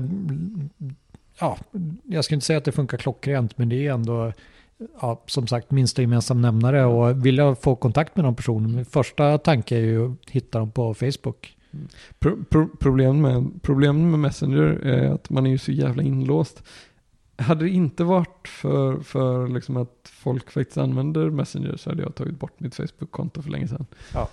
ja, jag skulle inte säga att det funkar klockrent, men det är ändå, ja, som sagt, minsta gemensam nämnare. Och vill jag få kontakt med någon person, min första tanke är ju att hitta dem på Facebook. Pro, pro, problemet med, problemet med Messenger är att man är ju så jävla inlåst. Hade det inte varit för, för liksom att folk faktiskt använder Messenger, så hade jag tagit bort mitt Facebook-konto för länge sedan. Ja.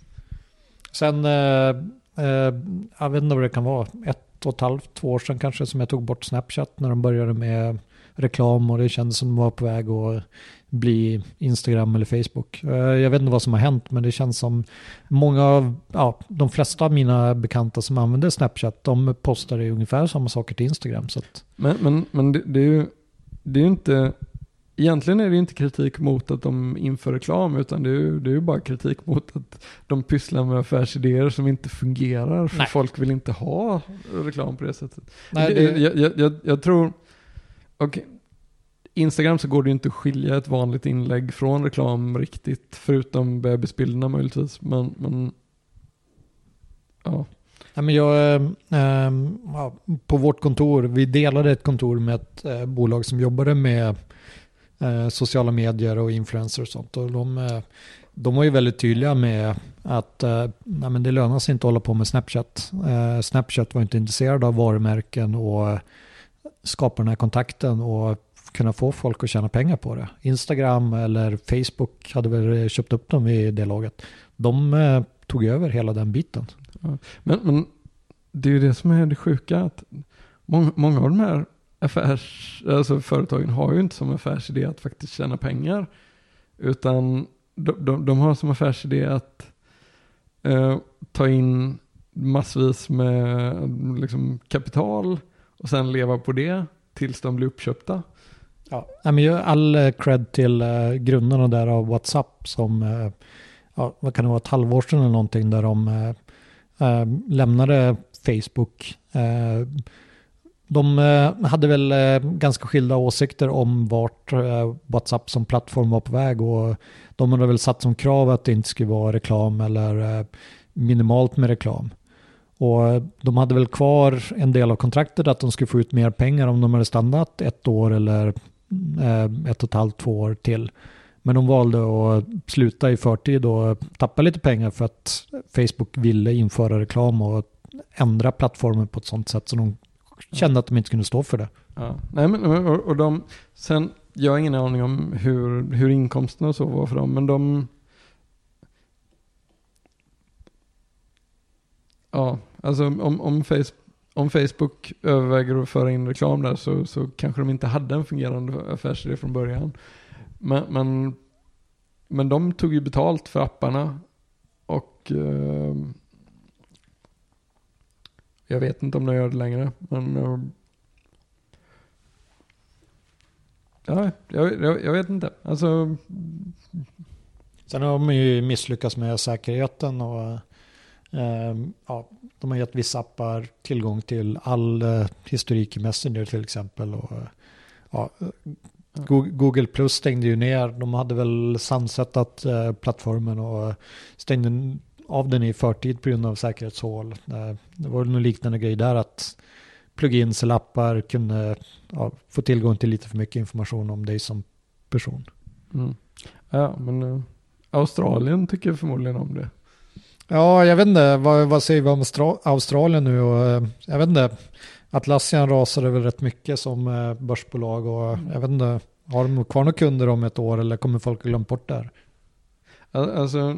Sen, eh, eh, jag vet inte vad det kan vara, ett och ett halvt, två år sedan kanske, som jag tog bort Snapchat när de började med reklam och det kändes som de var på väg att bli Instagram eller Facebook. Jag vet inte vad som har hänt, men det känns som många av, ja, de flesta av mina bekanta som använder Snapchat, de postar ju ungefär samma saker till Instagram. Så att... Men, men, men det, det är ju det är ju inte, egentligen är det ju inte kritik mot att de inför reklam, utan det är ju, det är ju bara kritik mot att de pysslar med affärsidéer som inte fungerar, för Nej. folk vill inte ha reklam på det sättet. Nej, det... jag, jag, jag, jag tror okay. Instagram så går det ju inte att skilja ett vanligt inlägg från reklam riktigt, förutom bebisbilderna möjligtvis. Men, men ja. Ja, men jag, äh, ja, på vårt kontor, vi delade ett kontor med ett äh, bolag som jobbade med äh, sociala medier och influencers och sånt. Och de, äh, de var ju väldigt tydliga med att äh, nej, men det lönar sig inte att hålla på med Snapchat. Äh, Snapchat var inte intresserad av varumärken och äh, skapa den här kontakten och kunna få folk att tjäna pengar på det. Instagram eller Facebook hade väl köpt upp dem i det laget. De eh, tog över hela den biten. Ja. Men, men det är ju det som är det sjuka, att många, många av de här affärs, alltså företagen har ju inte som affärsidé att faktiskt tjäna pengar, utan de, de, de har som affärsidé att eh, ta in massvis med liksom, kapital och sen leva på det tills de blir uppköpta. Ja, men jag all cred till uh, grundarna där av WhatsApp som, uh, ja, vad kan det vara, ett halvår sedan eller någonting, där de uh, uh, lämnade Facebook. Uh, de uh, hade väl uh, ganska skilda åsikter om vart uh, WhatsApp som plattform var på väg, och de hade väl satt som krav att det inte skulle vara reklam eller uh, minimalt med reklam. Och de hade väl kvar en del av kontraktet att de skulle få ut mer pengar om de hade stannat ett år eller ett och ett halvt, två år till. Men de valde att sluta i förtid och tappa lite pengar för att Facebook ville införa reklam och ändra plattformen på ett sånt sätt så de kände att de inte kunde stå för det. Ja. Nej, men, och, och de, sen, jag har ingen aning om hur, hur inkomsterna och så var för dem, men de ja, alltså om, om, face, om Facebook överväger att föra in reklam där, så, så kanske de inte hade en fungerande affärsidé från början. Men, men, men de tog ju betalt för apparna, och eh, jag vet inte om de gör det längre, men eh, ja, jag, jag, jag vet inte. Alltså, sen har de ju misslyckats med säkerheten och Uh, ja, de har gett vissa appar tillgång till all uh, historik i Messenger till exempel. Och, uh, ja, Google, Google Plus stängde ju ner. De hade väl sunsetat uh, plattformen och uh, stängde av den i förtid på grund av säkerhetshål. Uh, det var någon liknande grej där, att plugins eller appar kunde uh, få tillgång till lite för mycket information om dig som person. Mm. Ja, men uh, Australien tycker förmodligen om det. Ja, jag vet inte. Vad, vad säger vi om Austra- Australien nu? Och, jag vet inte. Atlassian rasade väl rätt mycket som eh, börsbolag. Och jag vet inte. Har de kvar några kunder om ett år, eller kommer folk att glömma bort där? Alltså...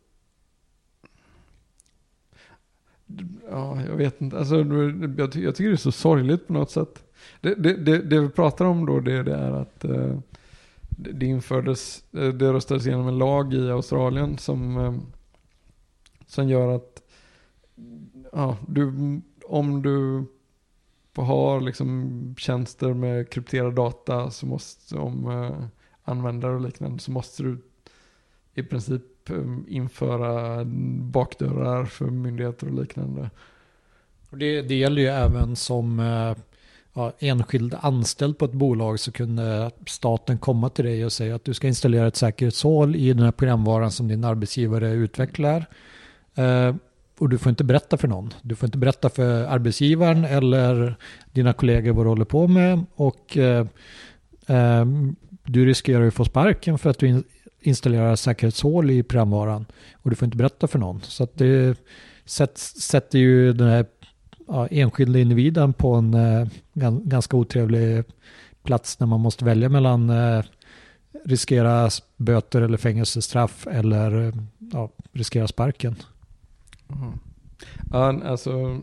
Ja, jag vet inte. Alltså, jag, jag tycker det är så sorgligt på något sätt. Det, det, det, det vi pratar om då, det, det är att eh, det, det infördes, det röstades igenom en lag i Australien som... Eh, som gör att ja, du, om du har liksom tjänster med krypterad data så måste, om uh, användare och liknande, så måste du i princip um, införa bakdörrar för myndigheter och liknande. Och det, det gäller ju även som uh, ja, enskild anställd på ett bolag, så kunde staten komma till dig och säga att du ska installera ett säkerhetshål i den här programvaran som din arbetsgivare utvecklar. Uh, Och du får inte berätta för någon. Du får inte berätta för arbetsgivaren eller dina kollegor vad du håller på med. Och eh, eh, du riskerar att få sparken för att du in, installerar säkerhetshål i programvaran. Och du får inte berätta för någon. Så att det sätt, sätter ju den här ja, enskilda individen på en eh, ganska otrevlig plats när man måste välja mellan eh, riskera böter eller fängelsestraff eller ja, riskera sparken. Mm. Ja, alltså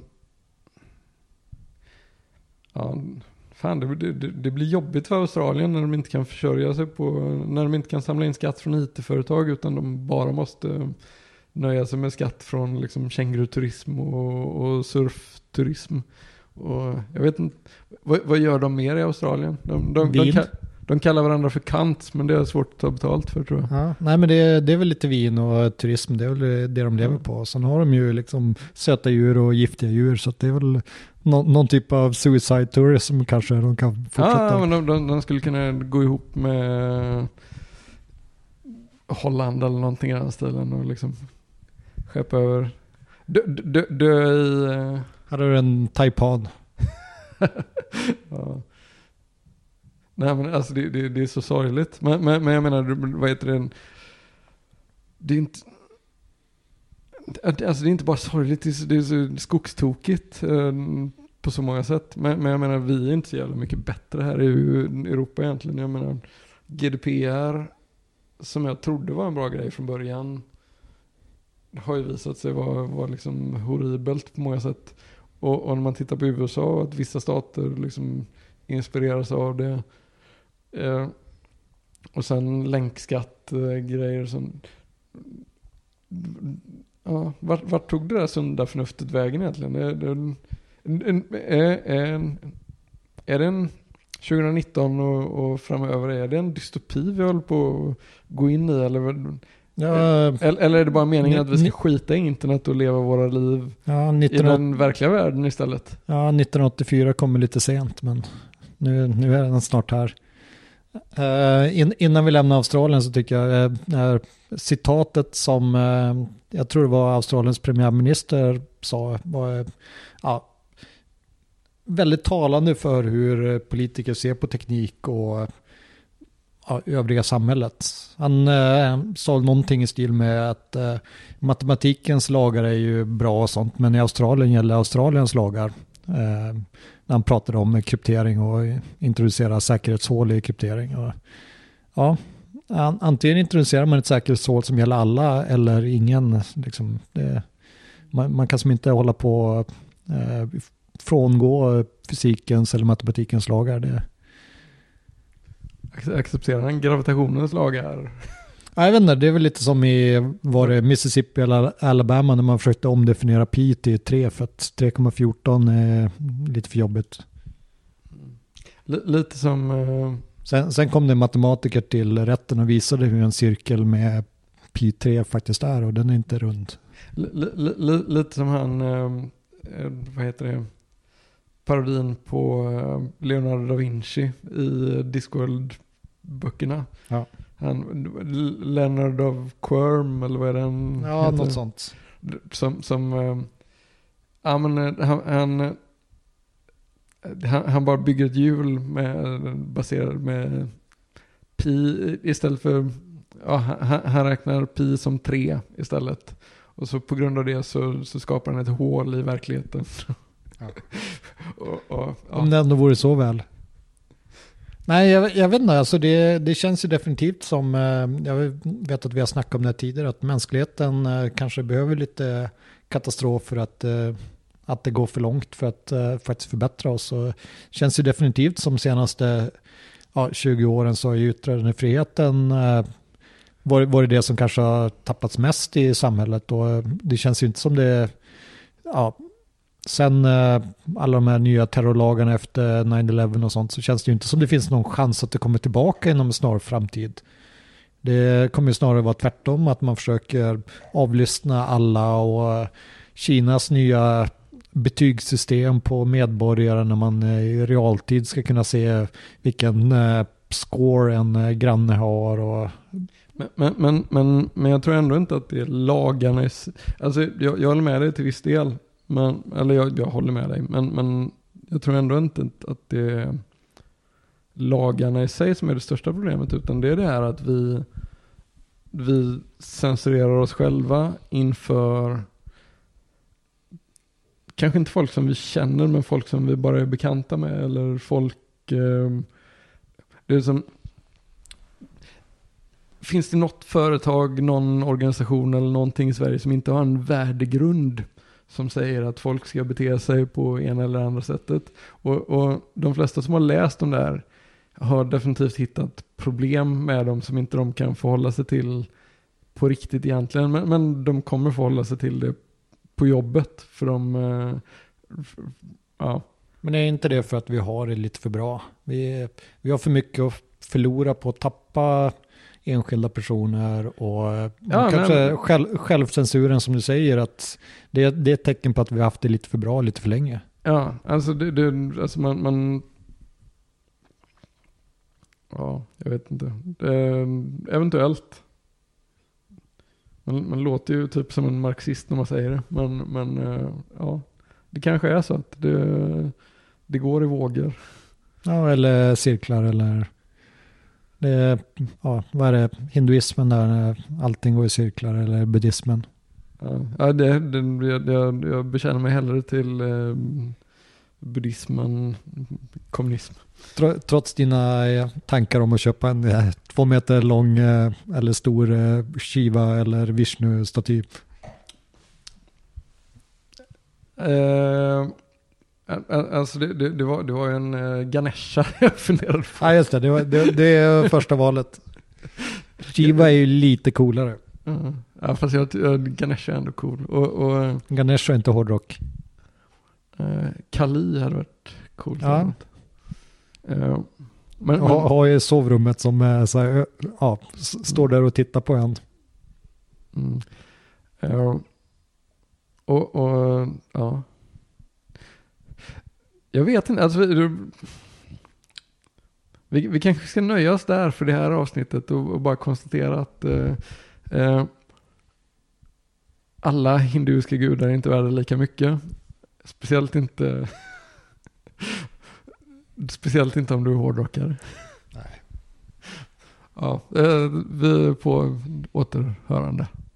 ja, fan, det, det, det blir jobbigt för Australien när de inte kan försörja sig på, när de inte kan samla in skatt från I T-företag, utan de bara måste nöja sig med skatt från liksom känguruturism och, och surfturism. Och jag vet inte, vad, vad gör de mer i Australien? De, de, de, de, de kallar varandra för kant, men det är svårt att ta betalt för, tror jag. Ja, nej, men det, det är väl lite vin och turism, det är väl det de lever på. Sen har de ju liksom söta djur och giftiga djur, så att det är väl no, någon typ av suicide tourism kanske de kan fortsätta. Ja, men de, de, de skulle kunna gå ihop med Holland eller någonting i den stilen och liksom skeppa över. Dö, dö, dö i... Här har du en taipan. Ja. Nej, men alltså det, det, det är så sorgligt. Men, men, men jag menar, vad heter det? Det är inte... Alltså det är inte bara sorgligt, det är så, det är så skogstokigt eh, på så många sätt. Men, men jag menar, vi är inte så jävla mycket bättre här i Europa egentligen. Jag menar, G D P R, som jag trodde var en bra grej från början, har ju visat sig vara, vara liksom horribelt på många sätt. Och, och när man tittar på U S A, att vissa stater liksom inspireras av det. Eh, och sen länkskatt, eh, grejer som... Ja, vart, vart tog det där sunda förnuftet vägen egentligen? Är det en, en, är, är, är det en tjugonitton och, och framöver, är det en dystopi vi håller på att gå in i? Eller, ja, eller, eller är det bara meningen ni, att vi ska skita i internet och leva våra liv ja, nitton, i den verkliga världen istället? Ja, nittonhundraåttiofyra kommer lite sent, men nu, nu är den snart här. Uh, in, innan vi lämnar Australien så tycker jag uh, citatet som uh, jag tror det var Australiens premiärminister sa var uh, ja, väldigt talande för hur politiker ser på teknik och ja, övriga samhället. Han uh, sa någonting i stil med att uh, matematikens lagar är ju bra och sånt, men i Australien gäller Australiens lagar. Uh, när han pratade om kryptering och introducera säkerhetshål i kryptering. Och, ja, antingen introducerar man ett säkerhetshål som gäller alla eller ingen. Liksom, det, man, man kan som inte hålla på eh, frångå fysikens eller matematikens lagar. Det. Accepterar han gravitationens lagar? Jag vet inte, det är väl lite som i var det Mississippi eller Alabama när man försökte omdefiniera pi till tre för att tre komma fjorton är lite för jobbigt. L- lite som... Uh... Sen, sen kom det matematiker till rätten och visade hur en cirkel med pi tre faktiskt är, och den är inte rund. L- l- l- lite som han, uh, vad heter det, parodin på uh, Leonardo da Vinci i Discworld-böckerna. Ja. Han, Leonard of Quirm, eller vad är den? Ja, heter? något sånt. Som, som uh, ja, men han, han, han, han bara bygger ett hjul med, baserad med pi istället för, ja, han, han räknar pi som tre istället. Och så på grund av det så, så skapar han ett hål i verkligheten. Ja. och, och, ja. Om det ändå vore så väl. Nej, jag, jag vet inte. Alltså det, det känns ju definitivt som, jag vet att vi har snackat om det här tidigare, att mänskligheten kanske behöver lite katastrof för att, att det går för långt för att faktiskt förbättra oss. Så känns ju definitivt som senaste ja, tjugo åren så har ju yttrandefriheten varit, varit det som kanske har tappats mest i samhället. Och det känns ju inte som det, ja, sen eh, alla de här nya terrorlagarna efter nine eleven och sånt, så känns det ju inte som det finns någon chans att det kommer tillbaka inom en snar framtid. Det kommer ju snarare vara tvärtom, att man försöker avlyssna alla, och Kinas nya betygssystem på medborgare när man i realtid ska kunna se vilken score en granne har. Och... Men, men, men, men, men jag tror ändå inte att det är lagarna. Alltså jag, jag håller med dig till viss del. Men, eller jag, jag håller med dig. Men, men jag tror ändå inte att det är lagarna i sig som är det största problemet. Utan det är det här att vi, vi censurerar oss själva inför... Kanske inte folk som vi känner, men folk som vi bara är bekanta med. Eller folk... Eh, det är som... Finns det något företag, någon organisation eller någonting i Sverige som inte har en värdegrund som säger att folk ska bete sig på ena eller andra sättet? Och, och de flesta som har läst de där har definitivt hittat problem med dem som inte de kan förhålla sig till på riktigt egentligen. Men, men de kommer förhålla sig till det på jobbet. För de, eh, för, ja. Men är inte det för att vi har det lite för bra? Vi, vi har för mycket att förlora på att tappa enskilda personer, och ja, kanske men... själv, självcensuren som du säger, att det, det är ett tecken på att vi har haft det lite för bra lite för länge. Ja, alltså, det, det, alltså man, man ja, jag vet inte. Det, eventuellt. Man, man låter ju typ som en marxist när man säger det, men, men ja, det kanske är så att det, det går i vågor. Ja, eller cirklar, eller det, ja, vad är det, hinduismen där allting går i cirklar, eller buddhismen. Ja, det, det, jag, jag bekänner mig hellre till eh, buddhismen, kommunism. Trots dina tankar om att köpa en eh, två meter lång eh, eller stor eh, Shiva eller Vishnu-staty. Eh, alltså det, det, det, var, det var en uh, Ganesha jag funderade på. Ja, just det. Det, var, det, det är första valet. Shiva är ju lite coolare. Uh, ja, fast jag, jag, Ganesha är ändå cool. Och, och, Ganesha är inte hårdrock. Uh, Kali hade varit coolt. Ja. Uh, men, ha, ha i sovrummet som är så här, ja, står där och tittar på en. Mm. Uh, och, och ja. Jag vet inte, alltså vi, vi, vi kanske ska nöja oss där för det här avsnittet och, och bara konstatera att eh, eh, alla hinduiska gudar är inte värda lika mycket. Speciellt inte speciellt inte om du är hårdrockare. Nej. Ja, eh, vi är på återhörande.